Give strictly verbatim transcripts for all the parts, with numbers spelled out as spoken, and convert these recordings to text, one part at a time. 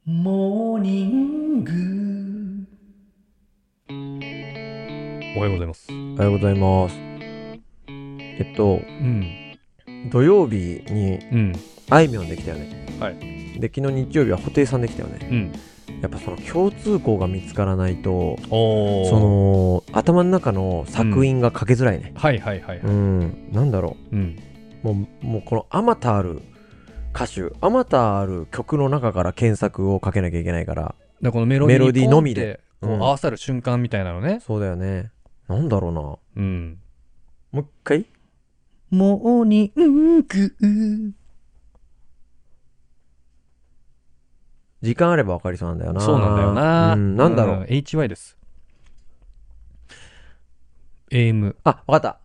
モーニング。おはようございます。 おはようございます。えっと、 うん。 土曜日にうん。 あいみょんできたよね。 はい。 で、昨日日曜日は布袋さんできたよね。 うん。 やっぱその共通項が見つからないと、 おー。 その、頭の中の作品が書けづらいね。 はいはいはいはい。 うん、なんだろうん。 う。もう、もうこのあまたある歌手、あまたある曲の中から検索をかけなきゃいけないから。 でこのメロディーメロディーのみでこううん合わさる瞬間みたいなのね。 そうだよね。なんだろうな。もうん。 う一回モーニング。 時間あればわかりそうなんだよな。 そうなんだよな。 うん、なんだろう。 ん エイチワイ です。エーエム。 あ、わかった。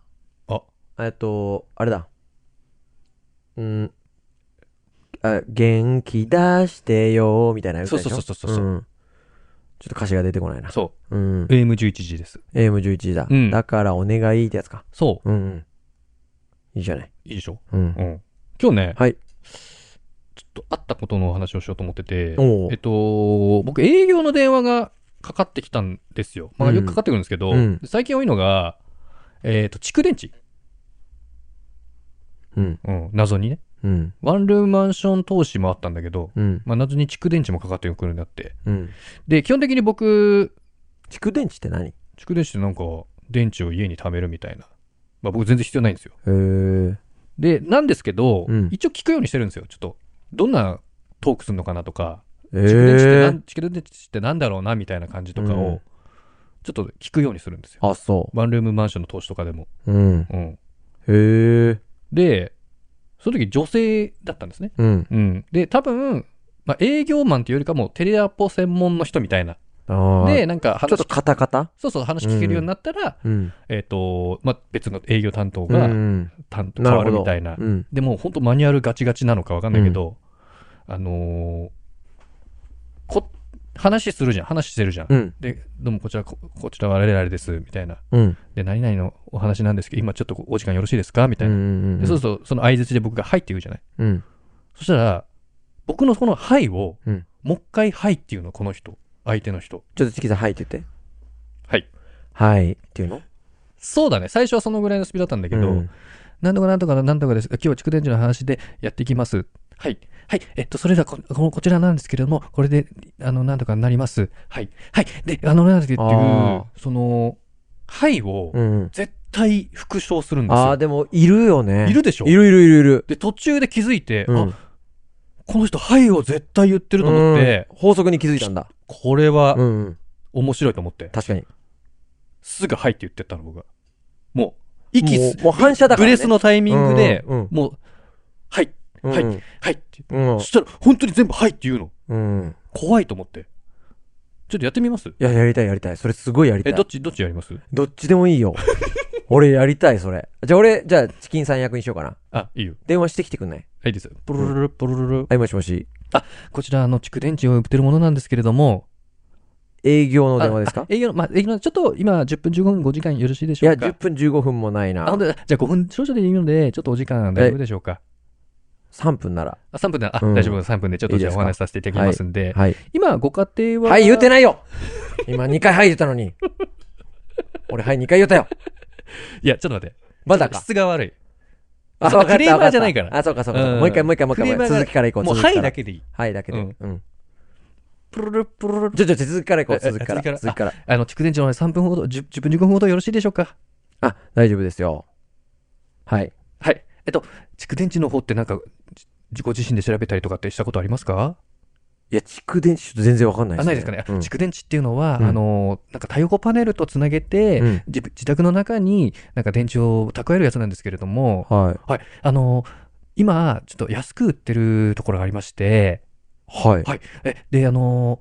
あ。 えっと、あれだ。うん。あ、元気出してよーみたいな歌でしょ。 そうそうそうそうそう、 ん。ちょっと歌詞が出てこないな。 そう。 うん。 エーエムじゅういち 時です。 エーエムじゅういち 時だ。 うんだからお願いってやつか。 そう。 うんうん。いいじゃない。 いいでしょ。 うん。 うん。今日ね、 はい。 ちょっとあったことのお話をしようと思ってて、 おうえっと、僕営業の電話がかかってきたんですよ。まあうんよくかかってくるんですけど、 うん最近多いのが、えっと、蓄電池。 うん。 うん、謎にね。 うん。 ワンルームマンション投資もあったんだけど、 うん。 まあ謎に蓄電池もかかってくるようになって。 うん。 で、基本的に僕、 蓄電池って何？ 蓄電池ってなんか、電池を家に貯めるみたいな。まあ僕全然必要ないんですよ。 へー。 で、なんですけど、 うん一応聞くようにしてるんですよ。ちょっと、どんなトークするのかなとか、 え蓄電池ってなんー。 蓄電池ってなんだろうなみたいな感じとかうんをちょっと聞くようにするんですよ。 あ、そワンルームマンションの投資とかでも。 う。うん。 うん。 へー。 で、その時女性だったんですね。 うん。 うん。で、多分、まあ、営業マンというよりかもテレアポ専門の人みたいな。 あで、なんか話ちょっとカタカタそうそう話聞けるようになったら、 うん。 えっ、と、まあ、別の営業担当うがん。 担当変わるみたいな。 うん。 でも本当マニュアルガチガチなのかわかんないけど、あのーこ、話するじゃん。話してるじゃん。 うん。 で、どうもこちら、ここちらは我々です、みたいな。 うん。 で、何々のお話なんですけど、今ちょっとお時間よろしいですかみたいな。 うん。 でそうすると、その相槌で僕がはいって言うじゃない。 うん。 そしたら、僕のこのはいを、 うんもう一回はいっていうの、この人。相手の人。 ちょっとチキさん、はいって言って。 はい。 はいっていうのそうだね。最初はそのぐらいのスピードだったんだけど、 うんなんとかなんとかなんとかです。今日は蓄電池の話でやっていきます。はい。はい。えっと、それではこ、ここちらなんですけれども、これで、あの、なんとかなります。はい。はい。で、あの、なんですけどっていうあ、 その、はいをう、ん。 絶対復唱するんですよ。 ああ、でも、いるよね。 いるでしょいるいるいるいる。 で、途中で気づいて、 うんあ、この人、はいを絶対言ってると思って、 うん法則に気づいたんだ。 これはうんうん。 面白いと思って、 確かに。 すぐはいって言ってったの、僕は。もう、息すもう、もう反射だからね。 ブレスのタイミングで、 うんうんもう、はい、 うんはい、はいって。 うん。 そしたら、本当に全部はいって言うの。 うん。 怖いと思って。ちょっとやってみますいや、やりたいやりたい。それすごいやりたえ、 い。 どっち、どっちやりますどっちでもいいよ。俺やりたい、それ。じゃあ俺、じゃあ、チキンさん役にしようかな。 あ、いいよ。 電話してきてくんない？ はい、いいですよ。ポロロロ、ポロロロ。 はい、もしもし。 こちら、あの、蓄電池を売ってるものなんですけれども、 営業の電話ですか？ ああ営業の、まあ、営業の、ちょっと今、じゅっぷんじゅうごふん、ごじかんよろしいでしいや、 ょうかじゅっぷんじゅうごふんもないあ、 な本。当だ。じゃあごふん少々でいいので、ちょっとお時間大丈夫でしょうかさんぷんなら。 あ、さんぷんで、あ、 うん大丈夫、さんぷんでちょっとじゃあおいいですか話しさせていただきますんで、 はい。 今、ご家庭は、 はい、言うてないよ今にかいはい言ったのに。俺、はい、にかい言ったよ。 いや、ちょっと待って。 まだか。 質が悪い。 あ、 そうわかったクレーマーじゃないからわかったあ、そうかそうかそうか。 うんもう一回もう一回もう一回。 クレーマーが続きからいこう。 もう、 続きからはいだけでいい。 はいだけで。 うんうん。 プルルプルル。 ちょちょ、続きからいこう。 ええ続きから。 続きから続きから。 あの、蓄電池のさんぷんほど、じゅっぷんじゅうごふんほどよろしいでしょうかあ、大丈夫ですよ。はい。 はい。えっと、蓄電池の方ってなんか、じ自己自身で調べたりとかってしたことありますかいや、蓄電池ちょっと全然わかんないですね。 あないですかね。 うん蓄電池っていうのは、 うんあの、なんか太陽光パネルとつなげて、 うん自自宅の中になんか電池を蓄えるやつなんですけれども、 はい。 はい。あの、今、ちょっと安く売ってるところがありまして、 はい。 はい。え、で、あの、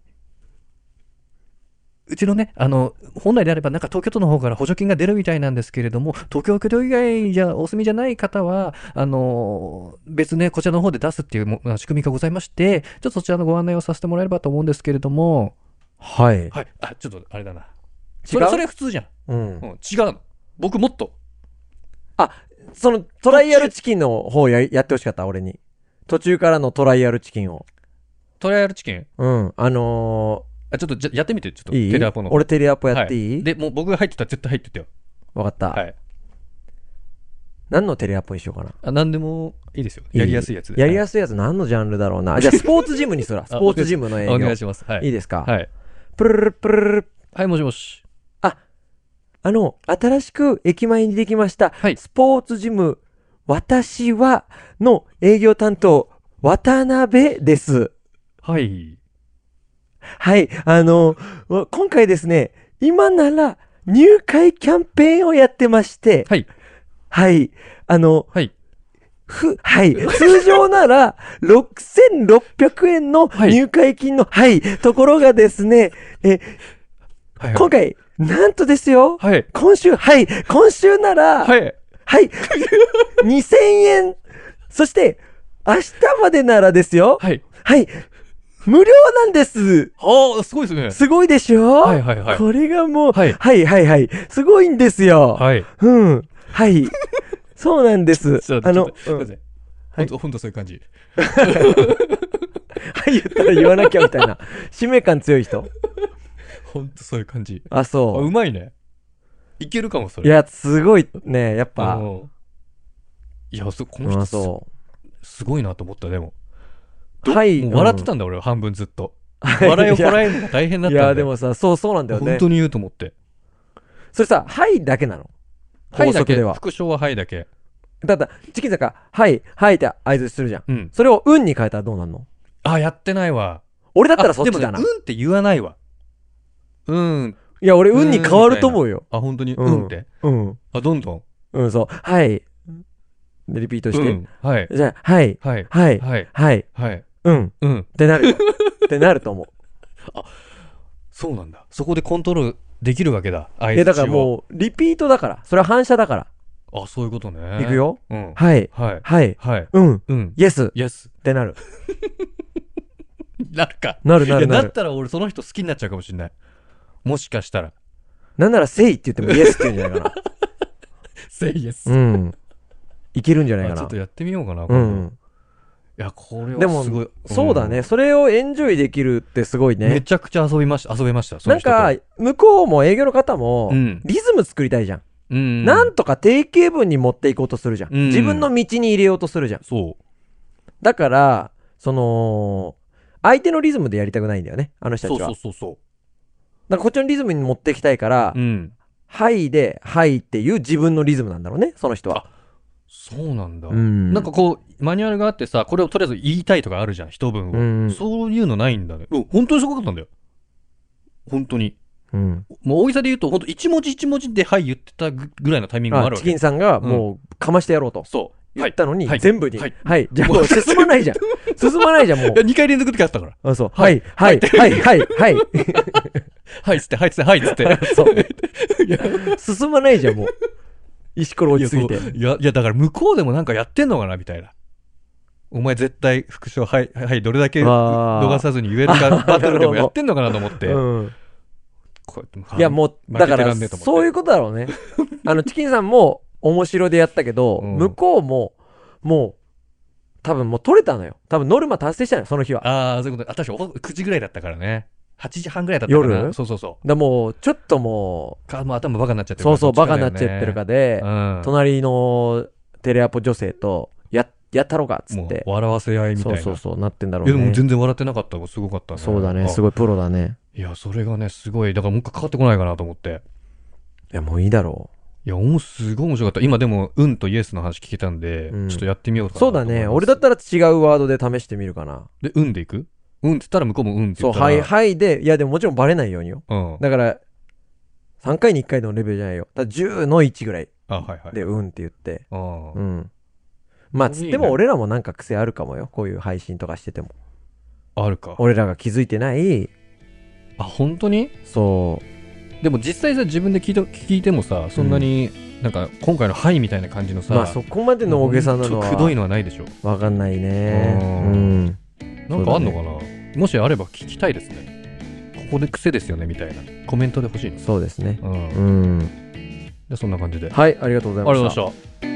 うちのね、あの、本来であれば、なんか東京都の方から補助金が出るみたいなんですけれども、東京都以外じゃお住みじゃない方は、あの、別ね、こちらの方で出すっていうもまあ仕組みがございまして、ちょっとそちらのご案内をさせてもらえればと思うんですけれども、 はい。 はい。あ、ちょっとあれだな。 違そうれ、それ普通じゃん。 うんうん。。違うの。僕もっと。 その、トライアルチキンの方ややってほしかった、俺に。途中からのトライアルチキンを。 トライアルチキンうんあのあちょっとじゃやってみてちょっとー、いいテレアポの俺テレアポやっていい、 はい、でもう僕が入ってたら絶対入ってたよ。 わかった、 はい。 何のテレアポにしようかな。 あ何でもいいですよ。やりやすいやつで。 やりやすいやつ何のジャンルだろうな。じゃあスポーツジムにすらスポーツジムの営業お願いします。はい。 いいですか。 はい。 プルルルプルルル。 はいもしもし。 ああの新しく駅前にできました、はい、スポーツジム私はの営業担当渡辺です。 はい。 はい、あの、今回ですね、今なら入会キャンペーンをやってまして、 はい。 はい、あの、 はい。 ふ、はい、通常ならろくせんろっぴゃくえんの入会金の、はい、はい、ところがですね、え、はいはい、今回、なんとですよ、はい、今週、はい、今週なら、はい、はい、にせんえん、そして、明日までならですよ、はい、はい、無料なんです。 ああ、すごいですね。 すごいでしょ。はいはいはい。これがもう、はい、はいはいはい。すごいんですよ。はい。うん。はい。そうなんです。あの、すいません。 ほんと、ほんとそういう感じ。 はい、言ったら言わなきゃみたいな。使命感強い人。 ほんとそういう感じ。 あ、そう。 うまいね。いけるかも、それ。 いや、すごいね、やっぱ。 いや、そ、この人、そう。すごいなと思った、でも。 はい。 もう笑ってたんだ、うん、俺は半分ずっと。笑いをこらえるのが大変だったんだよ。いや、 でもさ、そうそうなんだよね。 本当に言うと思って。 それさ、はいだけなの？ はいだけ。副称ははいだけ。 だった、チキン坂、はい、はいって合図するじゃん。うん。それをうんに変えたらどうなんの？ あ、やってないわ。 俺だったらそっちだな。 でもね、うんって言わないわ。うん。 いや、俺うんに変わると思うよ。 あ、本当に、うん、うんってうん。あ、どんどん。 うん、そう。はい。で、リピートして。うん、 はい。 じゃあ、はい。はい。はい。はい。はい。はい。うん。うん。ってなる。ってなると思う。 あ、そうなんだ。そこでコントロールできるわけだ。 いや、だからもう、リピートだから。それは反射だから。 あ、そういうことね。 いくよ。 うん。 はい。はい。はい。はい。うん。うん。イエス。 イエス。 ってなる。 なるか。 なるなるなる。 だったら俺その人好きになっちゃうかもしれない。もしかしたら。 なんなら、せいって言ってもイエスって言うんじゃないかな。 せいイエス。 うん。いけるんじゃないかな。 ちょっとやってみようかな。 うん。 いや、これはすごい。 でも、そうだね。それをエンジョイできるってすごいね。 めちゃくちゃ遊びました。遊べました。 なんか、向こうも営業の方も、リズム作りたいじゃん。うん。なんとか定型文に持っていこうとするじゃん。自分の道に入れようとするじゃん。 そう。 だから、その、相手のリズムでやりたくないんだよね。あの人たちは。 そうそうそうそう。 だからこっちのリズムに持っていきたいから、うん。はいで、はいっていう自分のリズムなんだろうね、その人は。 そうなんだ、うん、なんかこうマニュアルがあってさ、これをとりあえず言いたいとかあるじゃん、一文を、うん、そういうのないんだね。うん、本当にすごかったんだよ、本当に、うん、もう大げさで言うと本当一文字一文字ではい言ってたぐらいのタイミングもあるわけ。 チキンさんがもうかましてやろうと、うん、そう言ったのに、はい、全部に、はい、はい、じゃあもう進まないじゃん進まないじゃんもうにかい連続ってあったから、 あ、そう、はいはいはいはいはいはいっつってはいっつってはいっつってそう進まないじゃんもう石ころ落ちすぎて。 いや、いや、だから向こうでもなんかやってんのかなみたいな。お前絶対副賞、はい、はい、どれだけ逃さずに言えるかバトルでもやってんのかなと思って。うん、 こうやっていや、もう、だから、そういうことだろうね。あの、チキンさんも面白でやったけど、うん、向こうも、もう、多分もう取れたのよ。多分ノルマ達成したのよ、その日は。 ああ、そういうこと。あ、確かくじぐらいだったからね。はちじはんぐらいだったかな。夜そうそうそう。 だもう、ちょっともう。 か、もう頭バカになっちゃってるから。そうそう、バカになっちゃってるかで、うん、隣のテレアポ女性と、や、やったろかっつって。 もう笑わせ合いみたいな。 そうそうそう、なってんだろうね。 いや、でも全然笑ってなかったのすごかったね。 そうだね、すごいプロだね。 いや、それがね、すごい、だからもう一回かかってこないかなと思って。 いや、もういいだろう。いや、もうすごい面白かった。今でも、うんとイエスの話聞けたんで、うん、ちょっとやってみようかな。 そうだね、俺だったら違うワードで試してみるかな。 で、うんでいくうんって言ったら向こうもうんって言ったら。 そう、はい、はいで、いやでももちろんバレないようによ。うん。だから、さんかいにいっかいのレベルじゃないよ。だからじゅうのいちぐらい。 あ、はいはい。 で、うんって言って。うん。まあ、つっても俺らもなんか癖あるかもよ。こういう配信とかしてても。 あるか。 俺らが気づいてない。 あ、本当に？ そう。 でも実際さ、自分で聞いて、聞いてもさ、そんなに、なんか今回のはいみたいな感じのさ。 まあそこまでの大げさなのは。 くどいのはないでしょ。 わかんないね。うん。 なんかあんのかな、ね、もしあれば聞きたいですね。ここで癖ですよねみたいなコメントで欲しいの。 そうですね。うん。うん、 でそんな感じで。 はい、ありがとうございました。 ありがとうございました。